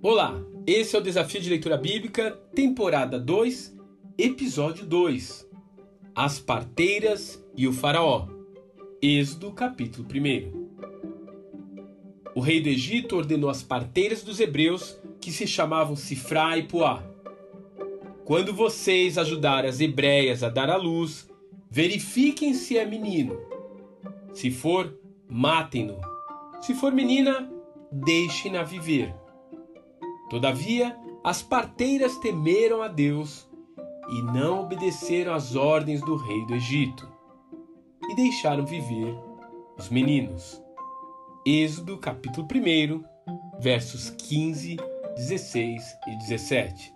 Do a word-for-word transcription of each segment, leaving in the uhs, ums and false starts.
Olá, esse é o Desafio de Leitura Bíblica, temporada dois, episódio dois. As parteiras e o faraó. Êxodo, capítulo um. O rei do Egito ordenou às parteiras dos hebreus, que se chamavam Sifrá e Puá: quando vocês ajudarem as hebreias a dar à luz, verifiquem se é menino. Se for, matem-no. Se for menina, deixem-na viver. Todavia, as parteiras temeram a Deus e não obedeceram às ordens do rei do Egito, e deixaram viver os meninos. Êxodo capítulo um, versos quinze, dezesseis e dezessete.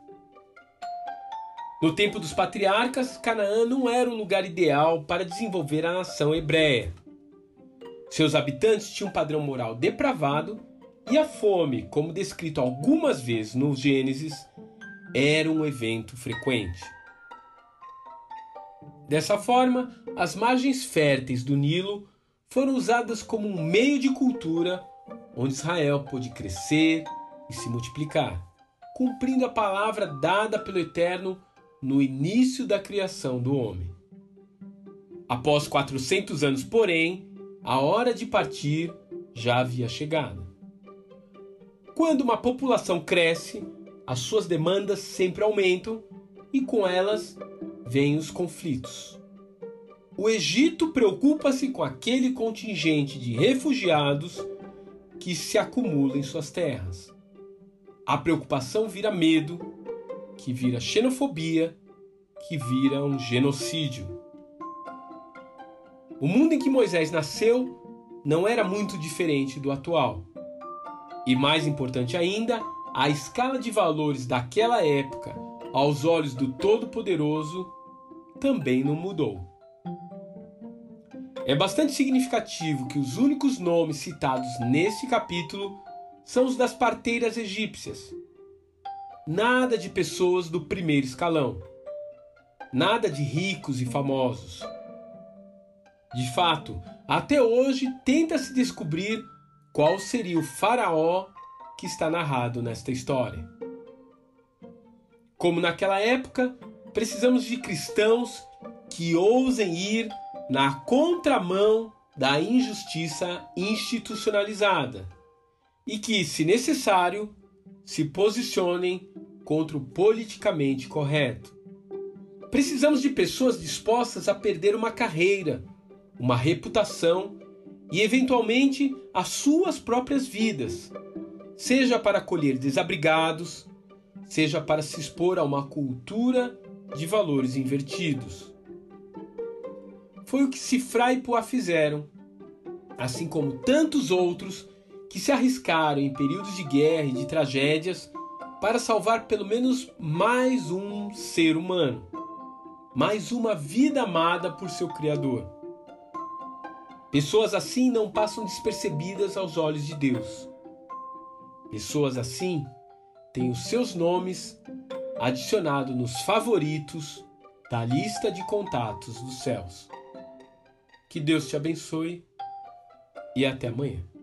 No tempo dos patriarcas, Canaã não era o lugar ideal para desenvolver a nação hebreia. Seus habitantes tinham um padrão moral depravado, e a fome, como descrito algumas vezes no Gênesis, era um evento frequente. Dessa forma, as margens férteis do Nilo foram usadas como um meio de cultura onde Israel pôde crescer e se multiplicar, cumprindo a palavra dada pelo Eterno no início da criação do homem. Após quatrocentos anos, porém, a hora de partir já havia chegado. Quando uma população cresce, as suas demandas sempre aumentam e com elas vêm os conflitos. O Egito preocupa-se com aquele contingente de refugiados que se acumula em suas terras. A preocupação vira medo, que vira xenofobia, que vira um genocídio. O mundo em que Moisés nasceu não era muito diferente do atual. E mais importante ainda, a escala de valores daquela época, aos olhos do Todo-Poderoso, também não mudou. É bastante significativo que os únicos nomes citados neste capítulo são os das parteiras egípcias. Nada de pessoas do primeiro escalão. Nada de ricos e famosos. De fato, até hoje tenta-se descobrir qual seria o faraó que está narrado nesta história. Como naquela época, precisamos de cristãos que ousem ir na contramão da injustiça institucionalizada e que, se necessário, se posicionem contra o politicamente correto. Precisamos de pessoas dispostas a perder uma carreira, uma reputação e, eventualmente, as suas próprias vidas, seja para acolher desabrigados, seja para se expor a uma cultura de valores invertidos. Foi o que Sifrá e Puá fizeram, assim como tantos outros que se arriscaram em períodos de guerra e de tragédias para salvar pelo menos mais um ser humano, mais uma vida amada por seu Criador. Pessoas assim não passam despercebidas aos olhos de Deus. Pessoas assim têm os seus nomes adicionados nos favoritos da lista de contatos dos céus. Que Deus te abençoe e até amanhã.